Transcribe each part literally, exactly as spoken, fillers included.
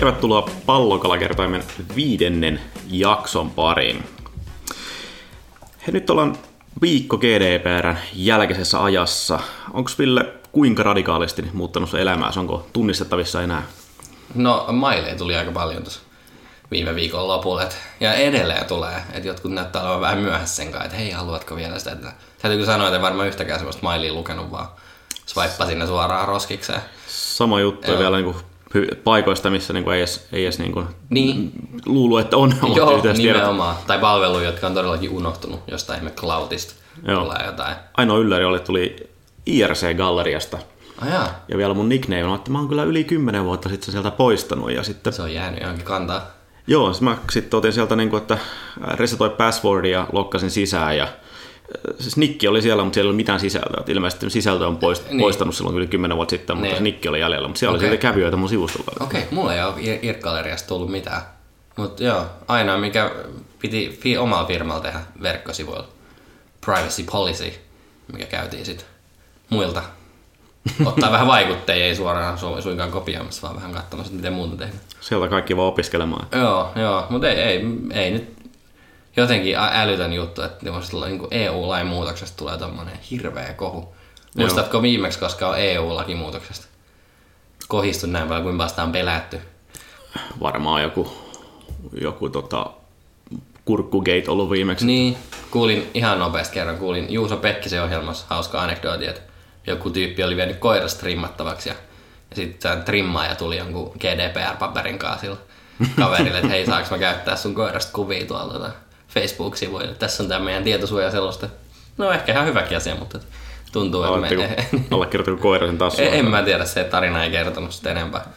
Tervetuloa Pallokalakertoimen viidennen jakson pariin. He nyt ollaan viikko G D P R:n jälkeisessä ajassa. Onko Ville kuinka radikaalisti muuttanut sun elämääsi? Onko tunnistettavissa enää? No maileja tuli aika paljon tuossa viime viikon lopulla. Et, ja edelleen tulee. Että jotkut näyttää olevan vähän myöhässä sen kanssa, että hei, haluatko vielä sitä? Täytyykö sanoa, että en varmaan yhtäkään sellaista mailia lukenut, vaan swippa sinne suoraan roskikseen. Sama juttu ja vielä niinku paikoista, missä niinku ei edes, ei edes niinku niin. luulu, että on. Joo, nimenomaan. Tai palveluja, jotka on todellakin unohtunut jostain ihme cloudista. Tulee jotain. Ainoa ylläri oli, että tuli I R C-galleriasta. Ah, jaa. Ja vielä mun nickname on, että mä oon kyllä yli kymmenen vuotta sitten sieltä poistanut. Ja sitten, se on jäänyt johonkin kantaa. Joo, mä sitten otin sieltä, niin kuin, että resetoi passwordia ja lokkasin sisään. Ja siis nikki oli siellä, mutta siellä ei ollut mitään sisältöä. Ilmeisesti sisältö on poist- niin. poistanut silloin yli kymmenen vuotta sitten, mutta niin. se nikki oli jäljellä. Mutta siellä okay. oli silti kävijöitä mun sivustolla. Okei, okay. Mulla ei ole I R C-galleriasta tullut mitään. Mutta joo, aina mikä piti fi- omalla firmalla tehdä verkkosivuilla. Privacy policy, mikä käytiin sitten muilta. Ottaa vähän vaikutteja, ei suoraan su- suinkaan kopioimassa, vaan vähän katsomassa, miten muuta tehdään. Sieltä kaikki vaan opiskelemaan. Joo, joo, mutta ei, ei, ei nyt jotenkin älytön juttu, että niin E U-lain muutoksesta tulee tommonen hirveä kohu. Muistatko viimeksi, koska on E U-lakimuutoksesta kohistut näin paljon, kuin vasta on pelätty? Varmaan joku, joku tota, kurkkugate ollut viimeksi. Niin, kuulin ihan nopeasti kerran, kuulin Juuso Pekkisen ohjelmassa hauska anekdooti, että joku tyyppi oli vienyt koirasta trimmattavaksi ja, ja sitten trimmaaja tuli jonkun G D P R-paperin kanssa sillä kaverille, että hei, saanko mä käyttää sun koirasta kuvia tuolta tota Facebook-sivuille. Tässä on tää meidän tietosuojaseloste. No ehkä ihan hyväkin asia, mutta tuntuu, että Aletteko, me... allekirjoitteko koira sen taas? En mä tiedä, se tarina ei kertonut sitä enempää.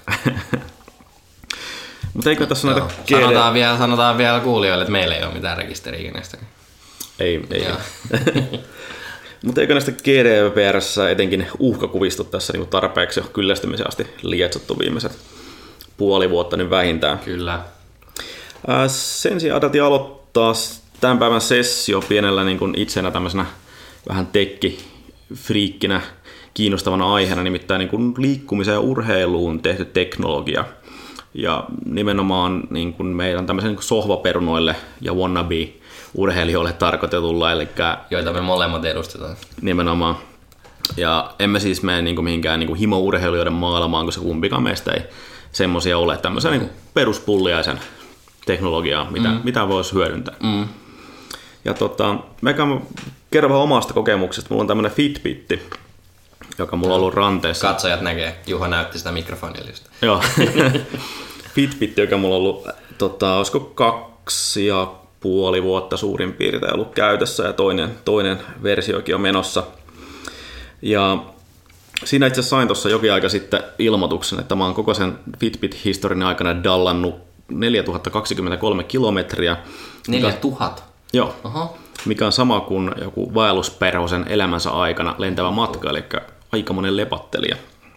Mutta eikö tässä näitä G D... sanotaan, vielä, sanotaan vielä kuulijoille, että meillä ei ole mitään rekisteriä kenestäkin. Ei, ei. Mutta eikö näistä G D P R:ssä etenkin uhkakuvistot tässä niin tarpeeksi jo kyllästymisen asti lietsottu viimeiset puoli vuotta niin vähintään? Kyllä. Ää, sen sijaan ajateltiin aloittaa tämän päivän sessio pienellä niin kuin itsenä tämmöisenä vähän tekki-friikkinä kiinnostavana aiheena, nimittäin niin kuin liikkumiseen ja urheiluun tehty teknologia. Ja nimenomaan niin kuin meidän tämmöisen niin sohvaperunoille ja wannabe urheilijoille tarkoitetulla, eli joita me molemmat edustetaan. Nimenomaan. Ja emme siis mene niin kuin mihinkään niin kuin himo-urheilijoiden maailmaan, koska kumpikaan meistä ei semmoisia ole. Tämmöisen mm. niin peruspulliaisen teknologiaa, mitä, mm. mitä voisi hyödyntää. Mm. Ja tota, mä kerron vähän omasta kokemuksesta. Mulla on tämmöinen Fitbitti, joka mulla on ollut ranteessa. Katsojat näkee, Juha näytti sitä mikrofonillista. Joo. Fitbitti, joka mulla on ollut, tota, olisiko kaksi ja puoli vuotta suurin piirtein ollut käytössä ja toinen, toinen versiokin on menossa. Ja siinä itse asiassa sain tuossa jokin aika sitten ilmoituksen, että mä oon koko sen Fitbit-historian aikana dallannut neljätuhatta kaksikymmentäkolme kilometriä. neljätuhatta? Joo. Aha. Mikä on sama kuin joku vaellusperhosen elämänsä aikana lentävä matka, eli aikamoinen lepattelija.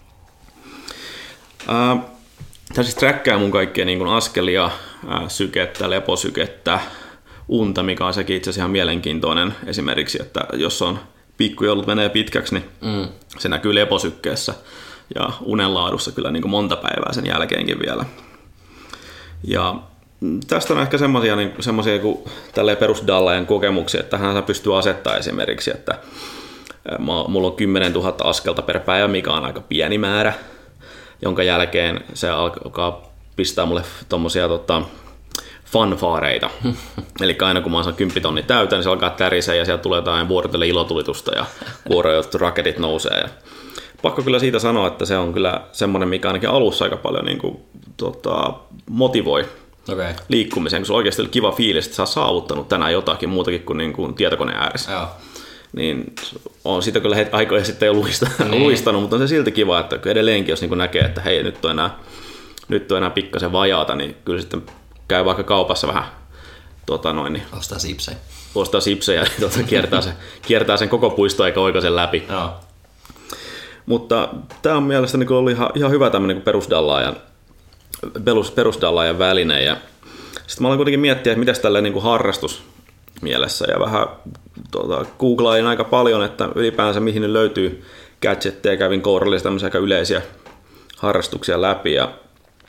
Ää, Tämä siis träkkää mun kaikkia niin kuin askelia, ää, sykettä, leposykettä, unta, mikä on sekin itse asiassa ihan mielenkiintoinen esimerkiksi, että jos on pikkujoulut menee pitkäksi, niin mm. se näkyy leposykkeessä ja unenlaadussa kyllä niin kuin monta päivää sen jälkeenkin vielä. Ja tästä on ehkä semmoisia niin, semmoisia kuin perusdallajan kokemuksia, että hän pystyy asettamaan esimerkiksi, että mulla on kymmenen tuhatta askelta per päivä, mikä on aika pieni määrä, jonka jälkeen se alkaa pistää mulle tommosia tota, fanfaareita. Eli aina kun mä saan kymppitonni täyteen, niin se alkaa tärisee ja sieltä tulee jotain vuorotelle ilotulitusta ja kuorojut raketit nousee. Ja pakko kyllä siitä sanoa, että se on kyllä semmoinen, mikä ainakin alussa aika paljon niin kuin, tota, motivoi okay. liikkumiseen, kun se on oikeasti kiva fiilis, että sä oot saavuttanut tänään jotakin muutakin kuin, niin kuin tietokoneen ääressä. Joo. Niin on siitä kyllä aikoja sitten jo luistanut, niin. luistanut, mutta on se silti kiva, että edelleenkin jos niin näkee, että hei, nyt on enää, nyt on enää pikkasen vajaata, niin kyllä sitten käy vaikka kaupassa vähän tota noin, niin ostaa sipsejä. Ostaa sipsejä ja tota, kiertää, se, kiertää sen koko puisto eikä oikaisen läpi. Joo. Mutta tämä on mielestäni niin ollut ihan, ihan hyvä tämmöinen niin perusdallaajan, perus, perusdallaajan väline. Ja sitten mä aloin kuitenkin miettiä, että mitäs tällä niin harrastus mielessä ja vähän tuota, googlailin aika paljon, että ylipäänsä mihin ne löytyy gadgetteja, kävin kourallisia tämmöisiä aika yleisiä harrastuksia läpi ja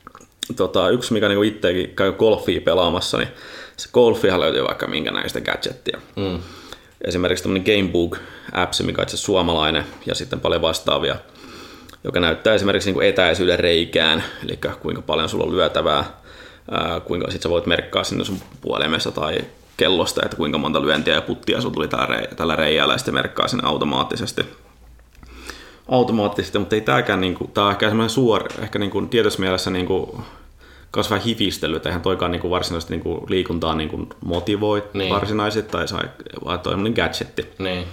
tota, yksi, mikä niinku itsekin käy golfia pelaamassa, niin se golfihan löytyy vaikka minkä näistä gadgettia. Mm. Esimerkiksi tämmöinen Gamebook-appsi, mikä on itse suomalainen, ja sitten paljon vastaavia, joka näyttää esimerkiksi niinku etäisyyden reikään, eli kuinka paljon sulla on lyötävää, ää, kuinka sit sä voit merkkaa sinne sun puhelimessa tai kellosta, että kuinka monta lyöntiä ja puttia sulla tuli tällä, rei- tällä reijällä, ja sitten merkkaa sinne automaattisesti. automaattisesti, mutta ei tääkään, niinku, tää on ehkä semmoinen suori, ehkä niinku tietyssä mielessä niinku kasvaa hifistely, että eihän toikaan niinku varsinaisesti niinku liikuntaa niinku motivoi niin. varsinaisesti, tai saa, vaan toi on gadgetti. Niin.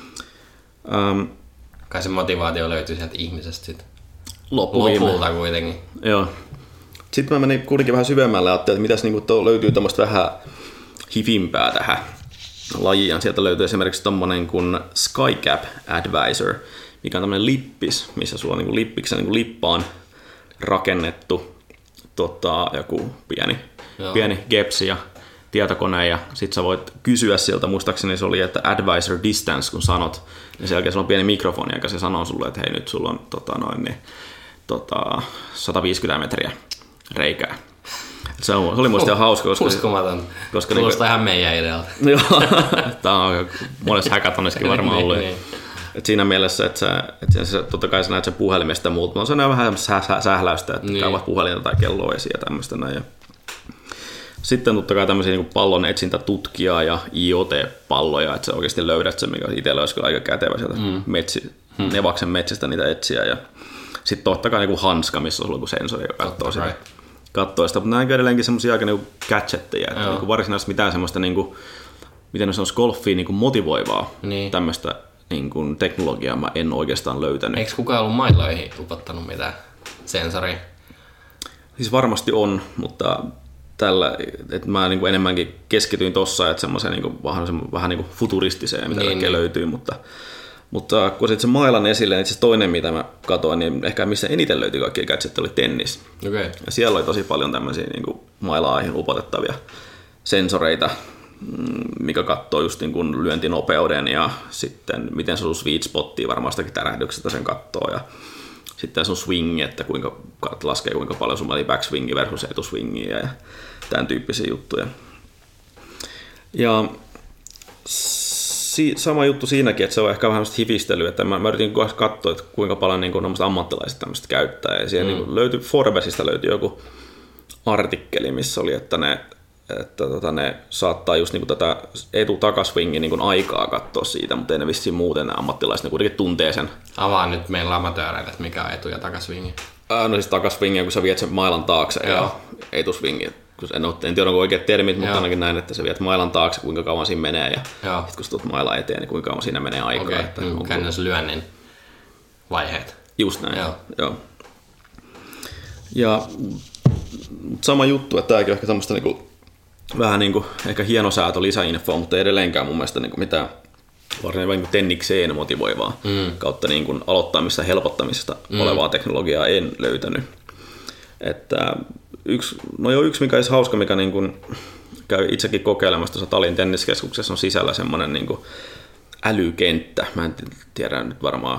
Um, Kai se motivaatio löytyy sieltä ihmisestä sitten. Lopulta kuitenkin. Joo. Sitten mä menin kuitenkin vähän syvemmälle ja ajattelin, että mitäs niinku löytyy tämmöistä vähän hifimpää tähän lajiin. Sieltä löytyy esimerkiksi tommonen kuin SkyCap Advisor, mikä on tämmöinen lippis, missä sulla on niinku lippiksen niinku lippaan rakennettu tota, joku pieni, pieni gepsi ja tietokone, ja sit sä voit kysyä sieltä, muistaakseni se oli, että advisor distance, kun sanot, ja sen jälkeen sulla on pieni mikrofoni, joka se sanoo sulle, että hei, nyt sulla on tota, noin, niin, tota, sata viisikymmentä metriä reikää. Se, on, se oli muista ihan hauska, koska... Uskomaton. Koska kuulostaa niin, ihan meidän idealta. Joo, tämä on monessa häkätonissakin varmaan ollut. niin, niin. Et siinä mielessä, että sä, et sä, totta kai sä näet sen puhelimesta ja muuta, mutta se on vähän sähläystä, että niin. Käyvät puhelinta tai kelloa esiin ja tämmöistä näin. Sitten totta kai tämmöisiä niin pallon etsintätutkijaa ja I O T-palloja, että sä oikeasti löydät sen, mikä itsellä olisi kyllä aika kätevä sieltä mm. metsi, mm. Nevaksen metsistä niitä etsiä. Ja sitten totta kai niin hanska, missä on joku sensori, joka katsoo sitä. Katsoo sitä. Mutta nämä on edelleenkin semmoisia aika niin gadgetteja, että niin varsinaisesti mitään semmoista, niin kuin, miten se on golfiin niin motivoivaa niin. Tämmöistä niin kuin teknologiaa mä en oikeastaan löytänyt. Eikö kukaan ollut mailoihin upottanut mitään sensoria? Siis varmasti on, mutta tällä, että mä niin kuin enemmänkin keskityin tossa, että semmoiseen niin kuin, vähän, vähän niin kuin futuristiseen, mitä niin, niin. löytyy, mutta, mutta kun sitten se mailan esille, niin se toinen, mitä mä katsoin, niin ehkä missä eniten löytyi kaikkia gadgetteja, oli tennis. Okay. Ja siellä oli tosi paljon tämmöisiä niin kuin mailaihin upotettavia sensoreita, mikä katsoo just niin kuin lyöntinopeuden ja sitten miten sun sweet spottia varmastakin tärähdyksestä sen katsoo ja sitten sun swingi, että kuinka laskee kuinka paljon sun oli backswingi versus etuswingi ja tämän tyyppisiä juttuja. Ja si- sama juttu siinäkin, että se on ehkä vähän hifistelyä, että mä, mä yritin katsoa, että kuinka paljon niin kuin ammattilaiset tämmöistä käyttää ja siellä mm. niin löytyi, Forbesista löytyi joku artikkeli, missä oli, että ne että tota, ne saattaa just niinku tätä etu-takaswingin niinku aikaa katsoa siitä, mutta ei ne vissiin muuten, ne ammattilaiset ne kuitenkin tuntee sen. Avaa nyt meillä amatööreille, että mikä on etu- ja takaswingi. Äh, no siis takaswingi, kun sä viet sen mailan taakse. Joo. Ja etuswingi, en, ole, en tiedä onko oikeat termit, mutta Joo. ainakin näin, että sä viet mailan taakse, kuinka kauan siinä menee ja sitten kun sä tulet mailan eteen, niin kuinka kauan siinä menee aikaa. Okei, että mm, käynnössä lyönnin vaiheet. Just näin, Joo. Joo. Ja sama juttu, että tämäkin on ehkä tämmöistä niinku vähän niin kuin ehkä hienosäätö lisäinfoa, mutta ei edelleenkään mun mielestä niin kuin mitään varsinaisesti niin tennikseen motivoivaa mm. kautta niin kuin aloittamista ja helpottamisesta mm. olevaa teknologiaa en löytänyt. Että yksi, no jo yksi, mikä olisi hauska, mikä niin kuin käy itsekin kokeilemassa tuossa Talin tenniskeskuksessa, on sisällä semmoinen niin kuin älykenttä. Mä en tiedä nyt varmaan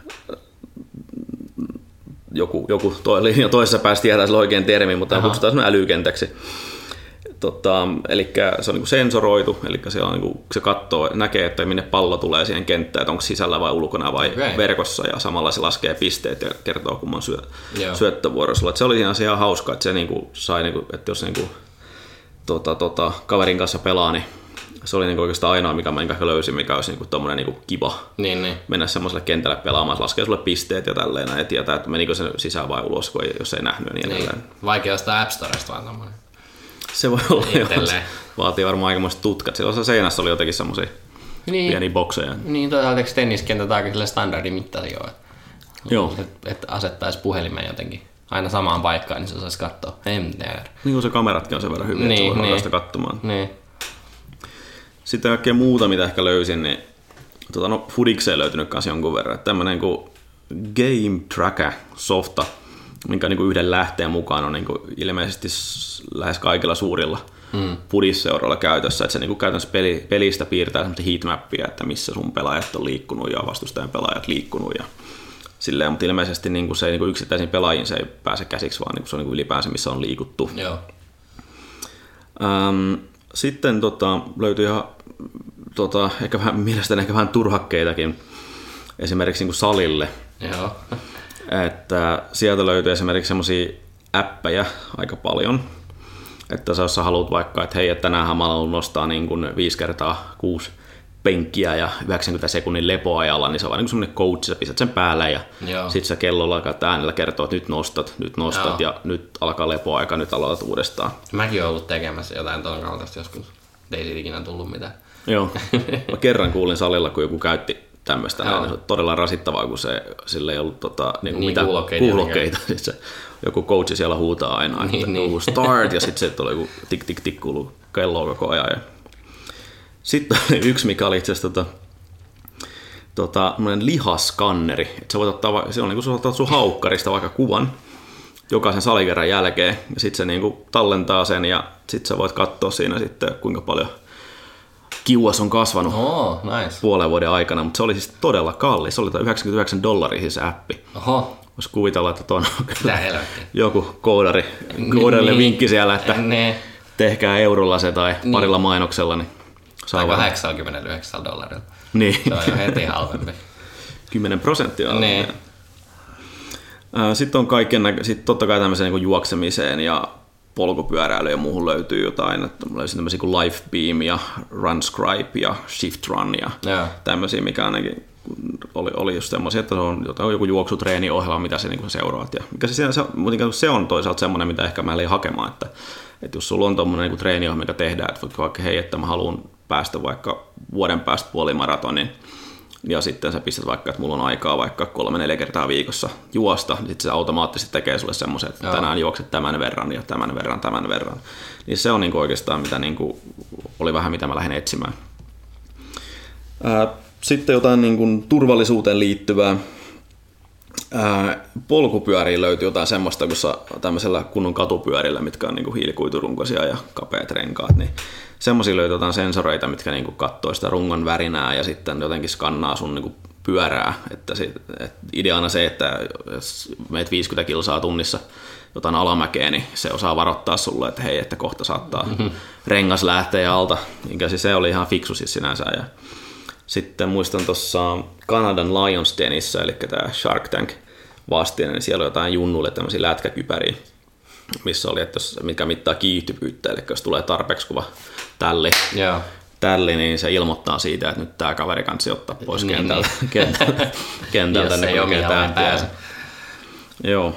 joku, joku to, toisessa päässä tietää sillä oikein termi, mutta Aha. kutsutaan semmoinen älykentäksi. Tota, eli se on niinku sensoroitu, eli se, on niinku, se katsoo, näkee, että minne pallo tulee siihen kenttään, että onko sisällä vai ulkona vai okay. verkossa, ja samalla se laskee pisteet ja kertoo, kumman syö, syöttövuoro sulla. Se oli ihan, ihan hauska, että se niinku sai, niinku, että jos niinku, tota, tota, kaverin kanssa pelaa, niin se oli niinku oikeastaan ainoa, mikä mä löysin, mikä olisi niinku tommonen niinku kiva niin, niin. mennä semmoiselle kentälle pelaamaan, se laskee sulle pisteet ja tälleen, ja tietää, että menikö se sisään vai ulos, kun ei, jos ei nähnyt. Niin niin. Vaikea ostaa App Storesta vaan tommonen. Se voi olla, jos vaatii varmaan aikamoiset tutkat. Siellä seinässä oli jotenkin semmosia niin, pieniä bokseja. Niin, toisaalta tenniskentät aika sille standardimittari jo. Joo. Että et asettaisi puhelimen jotenkin aina samaan paikkaan, niin se osaisi katsoa. En tiedä. Niin kuin se kameratkin on sen verran hyvin, niin, että voi niin. sitä katsomaan. Niin. Sitten kaikkea muuta, mitä ehkä löysin, niin tota, no, Fudikseen ei löytynyt kanssa jonkun verran. Tämmönen kuin Game Tracker-softa, minkä niin yhden lähteen mukaan on niin ilmeisesti lähes kaikilla suurilla mm. pudisseuroilla käytössä, että se niin käytännössä peli, pelistä piirtää semmoista heatmappia, että missä sun pelaajat on liikkunut ja vastustajan pelaajat liikkunut ja silleen, mutta ilmeisesti niin kuin se ei niin kuin yksittäisiin pelaajiin se ei pääse käsiksi, vaan niin kuin se on niin kuin ylipäänsä, missä on liikuttu. Joo. Ähm, sitten tota, löytyy ihan tota, ehkä vähän, mielestäni ehkä vähän turhakkeitakin esimerkiksi niin kuin salille. Joo. Että sieltä löytyy esimerkiksi semmoisia appeja aika paljon. Että jos sä haluat vaikka, että hei, että tänään mä haluan nostaa niin kuin viisi kertaa kuusi penkkiä ja yhdeksänkymmentä sekunnin lepoajalla, niin se on vaan niin semmoinen coach, sä pistät sen päälle ja sitten sä kellolla alkaa äänellä kertoa, että nyt nostat, nyt nostat Joo. ja nyt alkaa lepoaika, nyt aloitat uudestaan. Mäkin olen ollut tekemässä jotain tuon kaltaista joskus, ei siitä ikinä tullut mitään. Joo, mä kerran kuulin salilla, kun joku käytti tämmöistä, niin se on todella rasittavaa, kun se, sillä ei ollut tota, niin niin, mitään kuulokkeita. kuulokkeita. Se, joku coachi siellä huutaa aina, että niin, niin. start, ja sitten se tulee joku tik tik tik kuuluu kelloa koko ajan. Sitten oli yksi, mikä oli itse asiassa tota, tota, lihaskanneri. Että sä voit ottaa, se on niin kuin sä otat sun haukkarista vaikka kuvan jokaisen salikerran jälkeen, ja sitten se niin kuin tallentaa sen, ja sitten sä voit katsoa siinä sitten, kuinka paljon kiuas on kasvanut oh, nice. puolen vuoden aikana, mutta se oli siis todella kallis. Se oli yhdeksänkymmentäyhdeksän dollaria siis appi. Oho. Voisi kuvitella, että on joku koodari, koodarille niin, vinkki siellä, että ne. tehkää eurolla se tai niin. parilla mainoksella. Niin saa kahdeksankymmentäyhdeksän dollarilla. Niin. Se on jo heti halvempi. kymmenen prosenttia on. Niin. Sitten on kaiken näkö- sitten totta kai tämmöiseen niin juoksemiseen ja polkupyöräilyyn ja muuhun löytyy jotain. Että löysin tämmöisiä kuin Lifebeam ja Runscribe ja Shift Run ja yeah. tämmöisiä, mikä ainakin oli, oli just semmoisia, että se on joku juoksutreeniohjelma, mitä se niin seuraat. Ja mikä se, se, se on toisaalta semmoinen, mitä ehkä mä lähdin hakemaan, että, että jos sulla on tommoinen niin treeniohjelma, mikä tehdään, että vaikka hei, että mä haluan päästä vaikka vuoden päästä puolimaratonin, ja sitten sä pistät vaikka, että mulla on aikaa vaikka kolme neljä kertaa viikossa juosta, niin sitten se automaattisesti tekee sulle semmoisen, että Joo. tänään juokset tämän verran ja tämän verran, tämän verran. Niin se on niin oikeastaan, mitä niin kuin, oli vähän mitä mä lähdin etsimään. Ää, Sitten jotain niin kuin turvallisuuteen liittyvää. Ää, polkupyöriin löytyy jotain semmoista, kun sä tämmöisellä kunnon katupyörillä, mitkä on niin kuin hiilikuiturunkoisia ja kapeat renkaat, niin semmoisia löytyy jotain sensoreita, mitkä niin kuin katsoo sitä rungon värinää ja sitten jotenkin skannaa sun niin kuin pyörää. Että sit, et ideana se, että jos meet viisikymmentä kilsaa tunnissa jotain alamäkeä, niin se osaa varoittaa sulle, että hei, että kohta saattaa mm-hmm. rengas lähteä alta. Minkä siis se oli ihan fiksu siis sinänsä. Ja sitten muistan tuossa Kanadan Lions Denissä, eli tämä Shark Tank vastine, niin siellä oli jotain junnuille tämmöisiä lätkäkypäriä, missä oli, että jos, mikä mittaa kiihtyvyyttä, eli jos tulee tarpeeksi kuva tälli, yeah. tälli, niin se ilmoittaa siitä, että nyt tämä kaveri kansi ottaa pois niin, kentältä, niin. kentältä, kentältä jos ei omiaan pääse. Joo.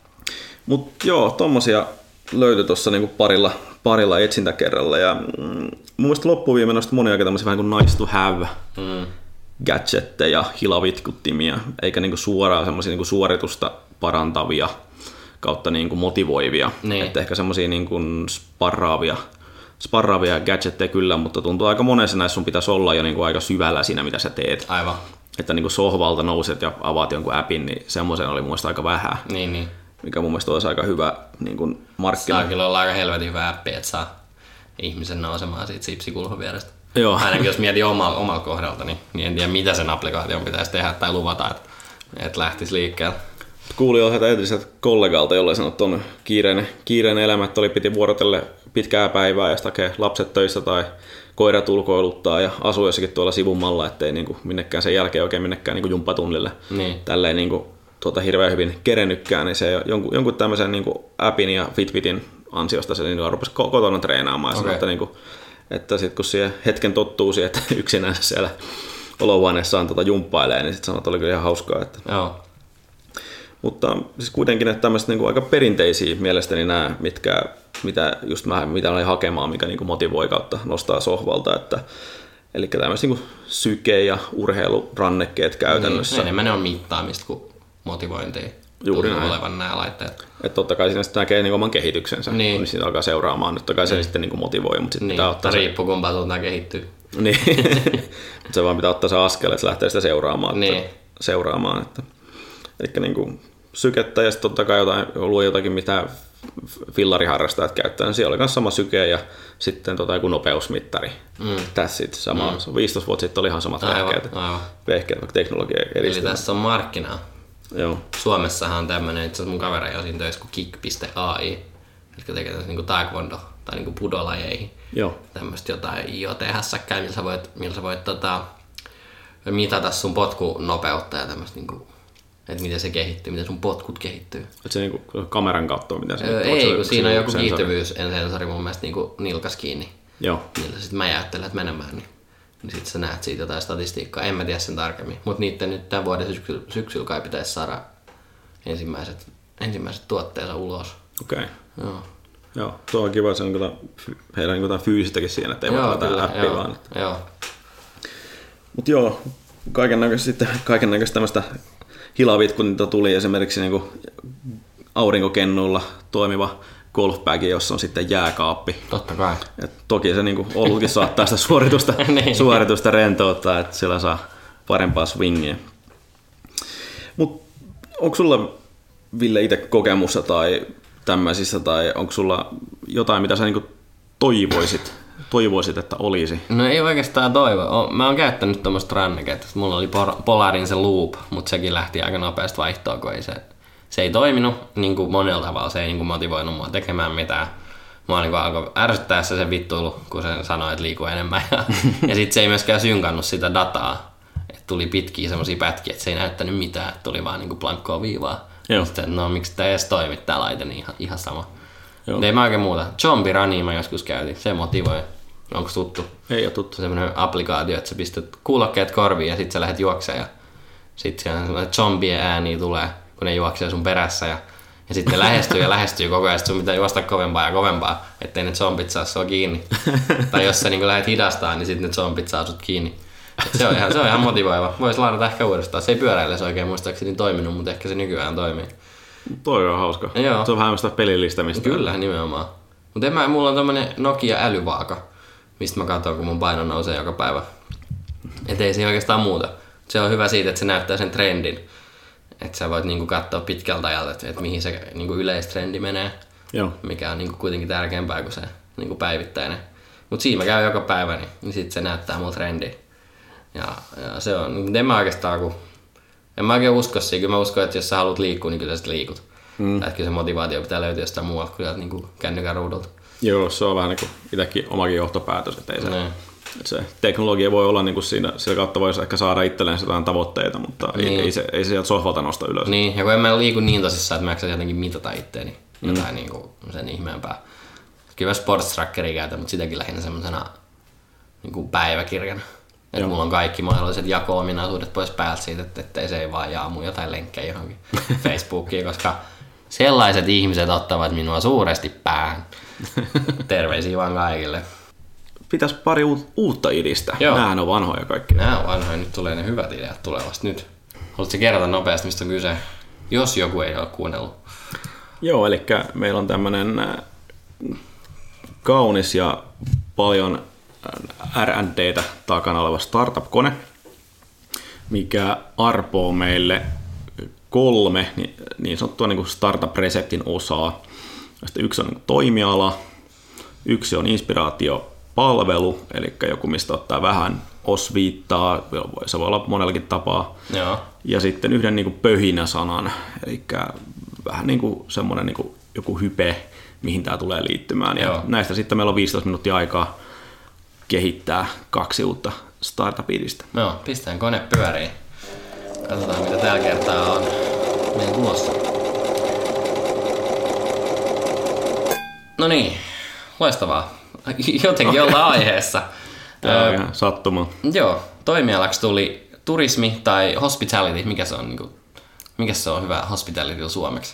Mutta joo, tommosia löytyi tuossa niinku parilla, parilla etsintäkerralla. Ja mm, mun mielestä loppuviimein on monia aika tämmöisiä vähän kuin nice to have mm. gadgetteja, hilavitkuttimia, eikä niinku suoraan semmoisia niinku suoritusta parantavia kautta niinku motivoivia. Niin. Että ehkä semmoisia niinku sparraavia, sparraavia gadgetteja kyllä, mutta tuntuu aika monessa näissä sun pitäisi olla jo niinku aika syvällä siinä, mitä sä teet. Aivan. Että niinku sohvalta nouset ja avaat jonkun appin, niin semmoisen oli mun mielestä aika vähän. Niin, niin. Mikä mun mielestä olisi aika hyvä niin kuin markkina. Saa kyllä olla aika helvetin hyvä appi, että saa ihmisen nousemaan siitä sipsikulhon vierestä. Joo. Ainakin jos mietin omalla, omalla kohdalta, niin, niin en tiedä mitä sen applikaation pitäisi tehdä tai luvata, että, että lähtisi liikkeelle. Kuulin jo entiseltä kollegalta, jolle sanoi, että on kiireinen, kiireinen elämä, että oli piti vuorotelle pitkää päivää ja sitten hakee lapset töissä tai koirat ulkoiluttaa ja asuu jossakin tuolla sivummalla, ettei niin kuin minnekään sen jälkeen oikein minnekään niin kuin jumppatunnille. Niin. Tälleen niin kuin tuota hirveän hyvin kerennytkään, niin se jonkun, jonkun tämmöisen niin kuin appin ja Fitbitin ansiosta se niin rupesi kotona treenaamaan. Okay. Sanoi, että, niin kuin, että sitten kun siihen hetken tottuu siihen, että yksinänsä siellä olohuoneessaan tuota jumppailee, niin sitten sanoi, että oli kyllä ihan hauskaa. Että. Joo. Mutta siis kuitenkin että tämmöiset niin kuin aika perinteisiä mielestäni nämä, mitkä, mitä, just mä, mitä olin hakemaan, mikä niin kuin motivoi kautta nostaa sohvalta. Että, eli tämmöiset niin kuin syke- ja urheilurannekkeet käytännössä. Niin, enemmän ne on mittaamista kuin motivointia. Juuri näin. Olevan nämä laitteet. Että totta kai siinä sitten näkee niin oman kehityksensä, niin. Kun siitä alkaa seuraamaan. Totta kai se niin. Sitten niin kuin motivoi, mutta sitten niin. Pitää ottaa riippuu se. Kumpaa tuolta kehittyy. Niin, mutta se vaan pitää ottaa se askel, että se lähtee sitä seuraamaan. Niin. Että, seuraamaan että. Eli niin kuin sykettä ja sitten totta kai jotain, luo jotakin, mitä fillariharrastajat käyttää. Niin siellä oli myös sama syke ja sitten tota joku nopeusmittari. Mm. Tässä sitten sama. Mm. viisitoista vuotta sitten oli ihan samat vehkeet. Vehkeet, vaikka teknologia edistää. Eli tässä on markkinaa. Joo. Suomessahan on tämmönen, itse asiassa mun kaveri on siinä töissä kuin kick piste a i, jotka tekee tämmöistä niinku taekwondo tai niinku pudolajeihin. Joo. Tämmöistä jotain I O T-hässäkkää, millä sä voit, millä sä voit tota, mitata sun potkunopeutta ja tämmöistä niinku, että miten se kehittyy, miten sun potkut kehittyy. Että se niinku kameran kautta mitä se öö, Ei, kun siinä on joku kiihtyvyyssensori mun mielestä niinku nilkas kiinni. Joo. Millä sä sit mäjäyttelet menemään, niin, niin sit sä näet siitä jotain statistiikkaa. En mä tiedä sen tarkemmin. Mut niitten nyt tämän vuoden syksyllä, syksyllä kai pitäisi saada ensimmäiset, ensimmäiset tuotteensa ulos. Okei. Okay. Joo. Joo, tuo on kiva, että on jotain, heillä on jotain fyysistäkin siinä, että ei voi tätä appia joo, vaan. Joo. Mutta joo, kaikennäköistä, kaikennäköistä tämmöistä hilavitkunta tuli esimerkiksi niin kuin aurinkokennulla toimiva golfbag, jossa on sitten jääkaappi. Totta kai. Et toki se niin kuin ollutkin saattaa sitä suoritusta, niin. suoritusta rentouttaa, että sillä saa parempaa swingia. Mutta onko sulla, Ville, itse kokemusta tai tämmöisissä, tai onko sulla jotain, mitä sä niinku toivoisit, toivoisit, että olisi? No ei oikeastaan toivo. Mä oon käyttänyt tommoista ranneketta. Mulla oli Polarin se Loop, mutta sekin lähti aika nopeasti vaihtoon, kun ei se, se ei toiminut niin kuin monella tavalla. Se ei niin kuin motivoinut mua tekemään mitään. Mua niin kuin alkoi ärsyttää se, se vittuilu, kun se sanoi, että liikuu enemmän. Ja, ja sit se ei myöskään synkannut sitä dataa. Et tuli pitkiä semmosia pätkiä, että se ei näyttänyt mitään. Et tuli vaan niin kuin blankkoa viivaa. Sitten, no miksi tämä edes toimi, tää laite, niin ihan, ihan sama. Joo. Ei mä oikein muuta. Zombie Runia mä joskus käytin, se motivoi. Onko tuttu? Ei ole tuttu. Se on semmoinen applikaatio, että sä pistät kuulokkeet korviin ja sit sä lähdet juoksemaan. Ja sit siellä semmoinen zombien ääniä tulee, kun ne juoksee sun perässä. Ja, ja sitten ne lähestyy ja lähestyy koko ajan. Sit sun pitää juosta kovempaa ja kovempaa, ettei ne zombit saa sua kiinni. Tai jos sä niin lähdet hidastaa, niin sitten ne zombit saa sut kiinni. Et se on ihan, se on ihan motivoiva. Vois ladata ehkä uudestaan. Se ei pyöräilles oikein muistaakseni toiminut, mutta ehkä se nykyään toimii. Toi on hauska. Joo. Se on vähän sitä pelillistämistä. Kyllä, nimenomaan. Mutta en mä, mulla on tommonen Nokia älyvaaka, mistä mä katson, kun mun paino nousee joka päivä. Et ei se oikeastaan muuta. Se on hyvä siitä, että se näyttää sen trendin. Että sä voit niinku katsoa pitkältä ajalta, että et mihin se niinku yleistrendi menee. Joo. Mikä on niinku kuitenkin tärkeämpää kuin se niinku päivittäinen. Mut siinä mä käyn joka päivä, niin, niin sit se näyttää mulla trendiä. Ja, ja se on, en mä oikeastaan, kun, en mä oikein usko siihen, kyllä mä uskon, että jos sä haluat liikkua, niin kyllä sä liikut. Mm. Että kyllä se motivaatio pitää löytyä jostain muualta kuin niin kännykän ruudulta. Joo, se on vähän niin kuin itsekin omakin johtopäätös, että ei se, että se teknologia voi olla niin kuin siinä, sillä kautta voisi ehkä saada itselleen jotain tavoitteita, mutta niin. ei, ei, se, ei se sieltä sohvalta nosta ylös. Niin, ja kun en mä liiku niin tosissaan, että mä jaksaisi jotenkin mitata itteeni jotain mm. niin kuin sen ihmeempää. Kyllä Sports Trackeria käytän, mutta sitäkin lähinnä semmoisena niin kuin päiväkirjana. Että mulla on kaikki mahdolliset jako-ominaisuudet pois päältä siitä, että ettei se ei vaan jaa mun jotain lenkkejä johonkin Facebookiin, koska sellaiset ihmiset ottavat minua suuresti päähän. Terveisiä vaan kaikille. Pitäisi pari uutta idistä. Joo. Nämähän on vanhoja kaikki. Nämä on vanhoja, nyt tulee ne hyvät ideat tulevasta nyt. Haluatko kerrata nopeasti, mistä on kyse, jos joku ei ole kuunnellut? Joo, eli meillä on tämmönen kaunis ja paljon R and D:tä takana oleva startup-kone, mikä arpoo meille kolme niin sanottua niin kuin startup-reseptin osaa. Sitten yksi on niin kuin toimiala, yksi on inspiraatiopalvelu, eli joku mistä ottaa vähän osviittaa, se voi olla monellakin tapaa. Joo. Ja sitten yhden niin kuin pöhinäsanan, eli vähän niin kuin semmoinen niin kuin joku hype, mihin tämä tulee liittymään. Ja näistä sitten meillä on viisitoista minuuttia aikaa kehittää kaksi uutta startup-idistä. Joo, pistään kone pyöriin. Katsotaan mitä tällä kertaa on meidän tulossa. No niin, loistavaa. Jotenkin ollaan aiheessa. Tämä on ihan sattuma. Joo, toimialaksi tuli turismi tai hospitality. Mikä se on, niin kuin, mikä se on hyvä hospitality suomeksi?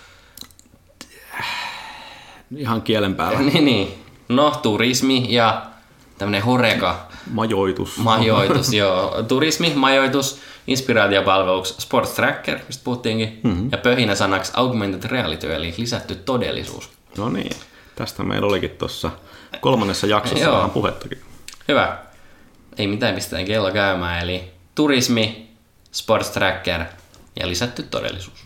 Ihan kielen päällä. niin, niin. No, turismi ja tämmönen horeka. Majoitus. Majoitus, joo. Turismi, majoitus, inspiraatiopalveluksi Sports Tracker, mistä puhuttiinkin. Mm-hmm. Ja pöhinä sanaksi augmented reality, eli lisätty todellisuus. No niin, tästä meillä olikin tuossa kolmannessa jaksossa vähän puhettakin. Hyvä. Ei mitään, pistetään kello käymään, eli turismi, Sports Tracker ja lisätty todellisuus.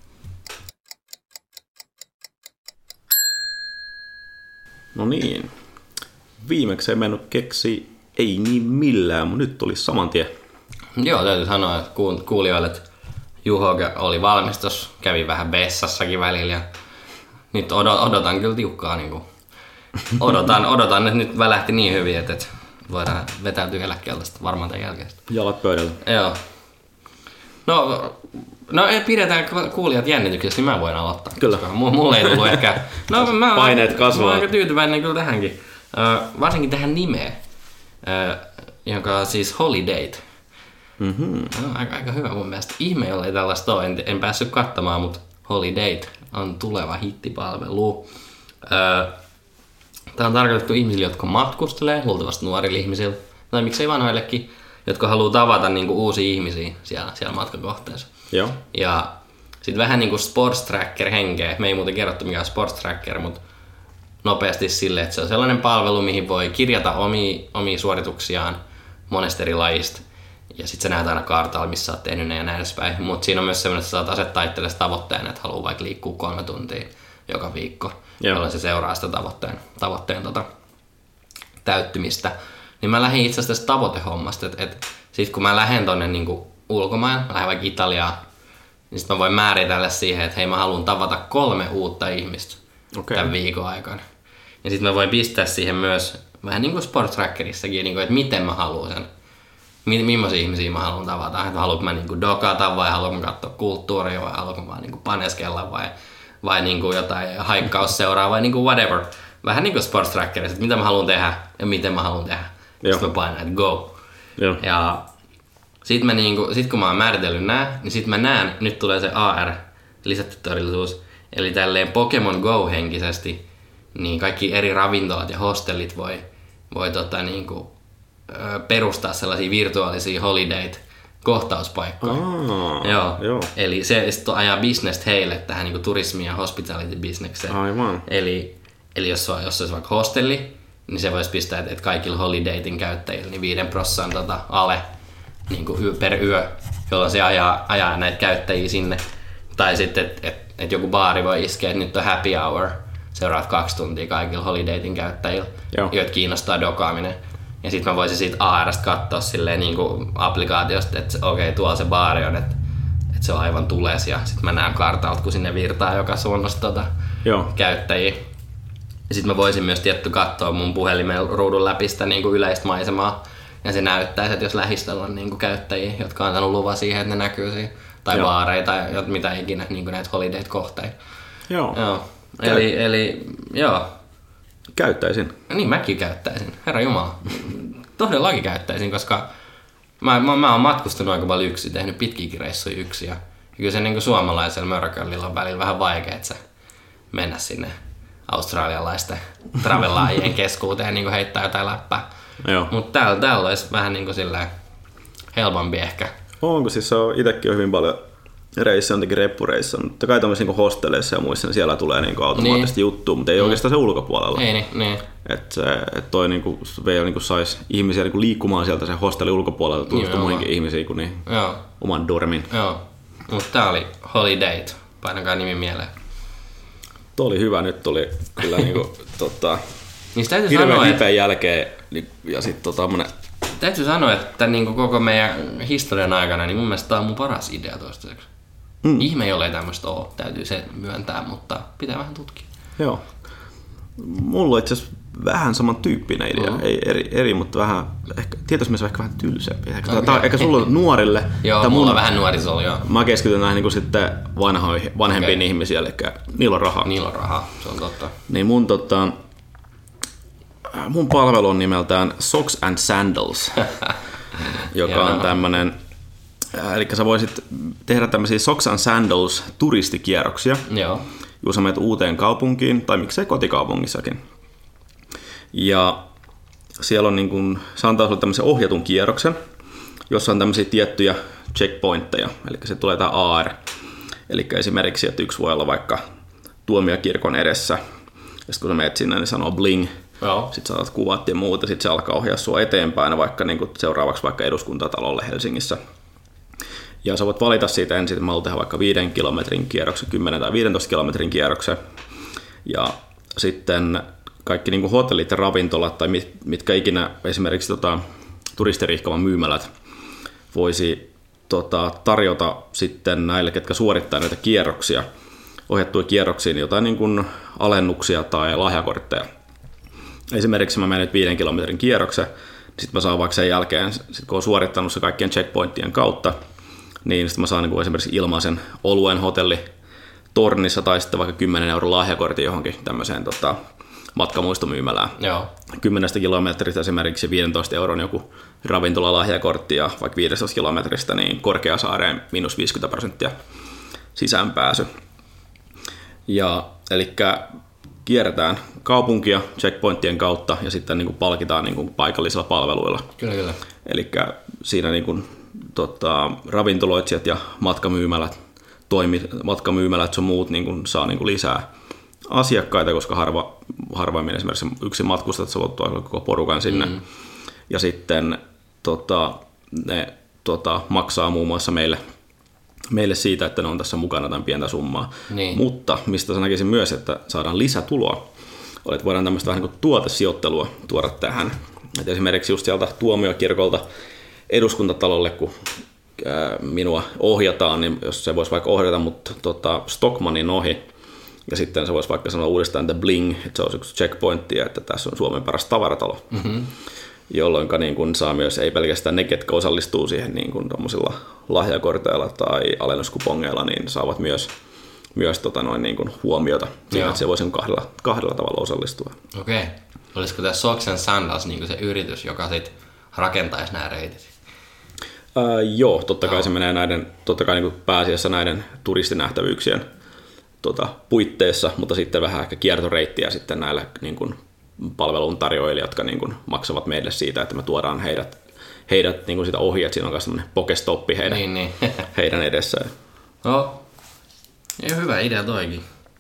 No niin. Viimeksi ei mennyt keksi ei niin millään, mutta nyt tuli saman tien. Joo, täytyy sanoa että kuulijoille, että Juho oli valmistus, kävi vähän vessassakin välillä ja nyt odotan kyllä tiukkaa. Niin kuin. Odotan, odotan, että nyt välähti niin hyvin, että voidaan vetäytyä eläkkeeltä varmaan tämän jälkeen. Jalat pöydällä. Joo. No, no pidetään kuulijat jännityksessä, niin mä voin aloittaa. Kyllä. Mulla ei tullut ehkä... No, mä, Paineet kasvaa. Mä oon aika tyytyväinen kyllä tähänkin. Uh, varsinkin tähän nimeen, uh, joka on siis Holiday. Mm-hmm. No, aika, aika hyvä mun mielestä. Ihme, jollei tällaista ole. En, en päässyt katsomaan, mutta Holiday on tuleva hittipalvelu. Uh, Tämä on tarkoitettu ihmisille, jotka matkustelee, luultavasti nuorille ihmisille, tai miksei vanhoillekin, jotka haluaa tavata niinku uusia ihmisiä siellä, siellä matkakohteessa. Joo. Ja sitten vähän niin kuin Sports Tracker henkeä. Me ei muuten kerrottu mikä on Sports Tracker, mutta nopeasti sille, että se on sellainen palvelu, mihin voi kirjata omia, omia suorituksiaan monesta eri lajista. Ja sitten sä näet aina kartalla, missä sä oot tehnyt ne ja näin edespäin. Mutta siinä on myös sellainen, että sä saat asettaa itsellesi tavoitteen, että haluaa vaikka liikkua kolme tuntia joka viikko, Joo. jolloin se seuraa sitä tavoitteen, tavoitteen tota, täyttymistä. Niin mä lähdin itse asiassa tästä tavoitehommasta, että et, sit kun mä lähden tonne niinku ulkomaan, mä lähden vaikka Italiaan, niin sit mä voin määritellä siihen, että hei mä haluan tavata kolme uutta ihmistä okay. tämän viikon aikana. Ja sit mä voin pistää siihen myös, vähän niin kuin Sports Trackerissakin, niin kuin, että miten mä haluan sen, millaisia ihmisiä mä haluan tavata. Että haluanko mä niinku dokata vai haluanko mä katsoa kulttuuria vai haluanko mä niinku paneskella vai, vai niinku jotain haikkausseuraa vai niinku whatever. Vähän niin kuin Sports Trackerissa, että mitä mä haluan tehdä ja miten mä haluan tehdä. Sitten mä painan, että go. Joo. Ja sit, mä niinku, sit kun mä oon määritellyt nää, niin sit mä näen, nyt tulee se A R, lisätty todellisuus, eli tälleen Pokemon Go-henkisesti, niin kaikki eri ravintolat ja hostellit voi, voi tota niinku, perustaa sellaisia virtuaalisia holiday-kohtauspaikkoja. Aa, joo. joo. Eli se sit ajaa business heille tähän niinku turismi- ja hospitality-bisnekseen. Aivan. Eli, eli jos, on, jos olisi vaikka hostelli, niin se voisi pistää, että kaikilla Holidaytin käyttäjillä niin viiden prossan tota ale niin kuin per yö, jolloin se ajaa, ajaa näitä käyttäjiä sinne. Tai sitten, että et, et joku baari voi iskeä, että nyt on happy hour seuraavat kaksi tuntia kaikilla Holidaytin käyttäjillä, Joo. joita kiinnostaa dokaaminen. Ja sitten mä voisin siitä A R:stä katsoa silleen niin kuin applikaatiosta, että okei, okay, tuolla se baari on, että, että se on aivan tules. Ja sitten mä näen kartalta, kun sinne virtaa joka suunnasta tota käyttäjiä. Ja sitten mä voisin myös tietty katsoa mun puhelimen ruudun läpi sitä niin kuin yleistä maisemaa. Ja se näyttäisi, että jos lähistöllä on niin kuin käyttäjiä, jotka on antanut luvan siihen, että ne näkyy siinä. Tai Joo. baareja tai mitä ikinä, niin kuin näitä holiday-kohteita. Joo. joo. Eli, eli joo. Käyttäisin. Niin mäkin käyttäisin. Herra Jumala. Todellakin käyttäisin, koska mä, mä, mä oon matkustanut aika paljon yksin, tehnyt pitkiäkin reissuja yksin. Ja kyllä se niin kuin suomalaisella mörköllillä on välillä vähän vaikea, että mennä sinne australialaisten travellaajien keskuuteen niin kuin heittää jotain läppää. Mutta täällä, täällä olisi vähän niin kuin silleen helpompi ehkä. Onko siis se on itsekin hyvin paljon reissuja, on teki reppureissa, mutta kai tämmöisissä niin hostelleissa ja muissa, niin siellä tulee niin automaattisesti niin. juttua, mutta ei mm. oikeastaan se ulkopuolella. Ei niin, niin. Että et toi niin vielä niin saisi ihmisiä niin liikkumaan sieltä sen hostellin ulkopuolelta, tutustua muihinkin ihmisiin kuin niin Joo. oman dormin. Joo, mutta tää oli Holiday, painakaa nimi mieleen. Tuo oli hyvä, nyt tuli kyllä niinku tota niin täytyy hirveän sanoa, hipeän että jälkeen ja sit tota monen täytyy sanoa, että niinku koko meidän historian aikana niin mun mielestä tää on mun paras idea toistaiseksi. Mm. Ihme, jollei tämmöistä ole, täytyy se myöntää, mutta pitää vähän tutkia. Joo. Mulla on itse asiassa vähän samantyyppinen idea, mm. ei eri, eri, mutta vähän, ehkä, tietysti mielessä ehkä vähän tylsempi. Ehkä, okay. tää, ehkä sulla on nuorille. Joo, mulla mun, on vähän nuorisolla, joo. Mä keskityn näihin niin sitten vanhoihin, vanhempiin okay. ihmisiin, eli niillä on rahaa. Niillä on rahaa, se on totta. Niin mun, tota, mun palvelu on nimeltään Socks and Sandals, joka on tämmönen, eli sä voisit tehdä tämmöisiä Socks and Sandals turistikierroksia. Joo. Jos sä menet uuteen kaupunkiin, tai miksei kotikaupungissakin. Ja siellä on niin kuin, se antaa sulle tämmöisen ohjatun kierroksen, jossa on tämmöisiä tiettyjä checkpointteja, eli se tulee tämä A R. Eli esimerkiksi, että yksi voi olla vaikka tuomiokirkon edessä, ja sitten kun sä menet sinne, niin sanoo bling, Joo. sitten saatat kuvat ja muuta, sitten se alkaa ohjaa sua eteenpäin, vaikka niin kuin seuraavaksi vaikka eduskuntatalolle Helsingissä. Ja sä voit valita siitä ensin, että mä haluan tehdä vaikka viiden kilometrin kierroksen, kymmenen tai viidentoista kilometrin kierroksen. Ja sitten kaikki niin kuin hotellit ja ravintolat tai mit, mitkä ikinä esimerkiksi tota, turistirihkavan myymälät voisi tota, tarjota sitten näille, ketkä suorittaa näitä kierroksia, ohjattuja kierroksiin jotain niin kuin alennuksia tai lahjakortteja. Esimerkiksi mä menen nyt viiden kilometrin kierroksen, sitten mä saan vaikka sen jälkeen, sit kun olen suorittanut se kaikkien checkpointtien kautta, niin sitten mä saan niin kuin esimerkiksi ilmaisen oluen hotelli tornissa tai sitten vaikka kymmenen euron lahjakortin johonkin tämmöiseen tota, matkamuistomyymälään. Joo. kymmenestä kilometristä esimerkiksi viisitoista euron joku ravintolalahjakortti ja vaikka viidestoista kilometristä niin Korkeasaareen miinus viisikymmentä prosenttia sisäänpääsy. Ja eli kierretään kaupunkia checkpointtien kautta ja sitten niin kuin palkitaan niin kuin paikallisilla palveluilla. Kyllä, kyllä. Eli siinä niin kuin, tota, ravintoloitsijat ja matkamyymälät, toimi, matkamyymälät sun muut niin kuin, saa niin kuin lisää asiakkaita, koska harva, harvaimmin esimerkiksi yksin matkustat, sä voit tuoda koko porukan sinne. Mm. Ja sitten tota, ne tota, maksaa muun muassa meille, meille siitä, että ne on tässä mukana tämän pientä summaa. Niin. Mutta mistä sä näkisin myös, että saadaan lisätuloa, olet voidaan tämmöistä vähän niin kuin tuotesijoittelua tuoda tähän. Et esimerkiksi just sieltä Tuomiokirkolta Eduskuntatalolle, kun ää, minua ohjataan, niin jos se voisi vaikka ohjata mut tota, Stockmannin ohi, ja sitten se voisi vaikka sanoa uudestaan The Bling, että se olisi yksi checkpointti, että tässä on Suomen paras tavaratalo, mm-hmm. jolloin niin kun saa myös, ei pelkästään ne, ketkä osallistuu siihen niin kun lahjakorteilla tai alennuskupongeilla, niin saavat myös, myös tota noin, niin kun huomiota siihen, että se voisi kahdella, kahdella tavalla osallistua. Okei. Okay. Olisiko tämä Socks and Sandals niin se yritys, joka sitten rakentaisi nämä reitit? Ää, joo, totta kai no. se menee näiden, totta kai niin kuin pääasiassa näiden turistinähtävyyksien tota, puitteissa, mutta sitten vähän ehkä kiertoreittiä sitten näille niin kuin palveluntarjoajille, jotka niin kuin maksavat meille siitä, että me tuodaan heidät, heidät niin kuin sitä ohi, että siinä on myös tämmöinen pokestoppi heidän, niin, niin. heidän edessään. No, ja hyvä idea toikin.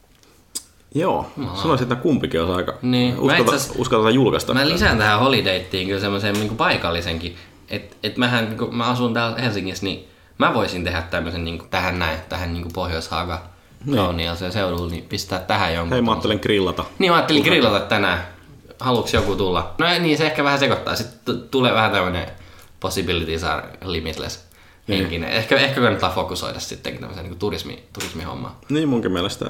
Joo, Maa. sanoisin, että kumpikin on aika niin. uskaltaa julkaista. Mä lisään tähän holidateen kyllä semmoisen niin kuin paikallisenkin, että et mähän, kun mä asun täällä Helsingissä, niin mä voisin tehdä tämmöisen niin kuin tähän näin, tähän niin kuin Pohjois-Haaga Joonialaisen seudulla, niin pistää tähän jonkun. Hei, mä ajattelin grillata. Niin, mä ajattelin grillata tänään. Haluuks joku tulla? No niin, se ehkä vähän sekoittaa. Sitten t- tulee vähän tämmönen possibilities are limitless henkinen. Niin. Ehkä, ehkä kannattaa fokusoida sittenkin tämmöiseen niin turismi, turismihommaan. Niin munkin mielestä.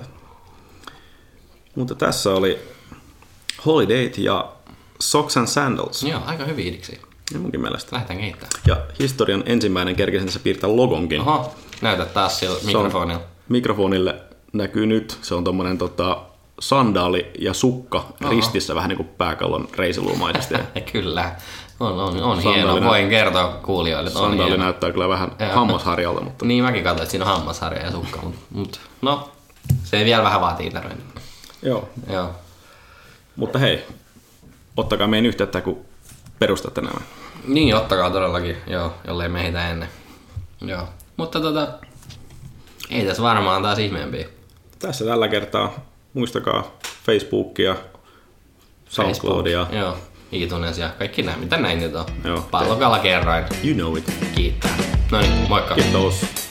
Mutta tässä oli Holiday ja Socks and Sandals. Joo, aika hyviä idiksi. Ja munkin mielestä. Lähdetään kehittämään. Ja historian ensimmäinen kerkesin tässä piirtää logonkin. Oho, näytä taas sillä mikrofonilla. Mikrofonille näkyy nyt. Se on tommonen tota, sandaali ja sukka Oho. ristissä vähän niin kuin pääkallon reisiluumaisesti. Kyllä. On, on, on hieno. Nä... Voin kertoa kuulijoille, että on sandaali hieno. Näyttää kyllä vähän hammasharjalta. Mutta... Niin, mäkin katsoin, että siinä on hammasharja ja sukka. Mutta, mutta no, se vielä vähän vaatii itäroinnin. Joo. Joo. Mutta hei, ottakaa meidän yhteyttä, kun perustatte nämä. Niin, ottakaa todellakin, joo, jollei meitä ennen. Joo. Mutta tota, ei tässä varmaan taas ihmeempiä. Tässä tällä kertaa muistakaa Facebookia, SoundCloudia. Facebook, joo, iTunes ja kaikki nämä, mitä näin nyt on. Joo. Pallokalla kerroin. You know it. Kiittää. No niin, moikka. Kiitos.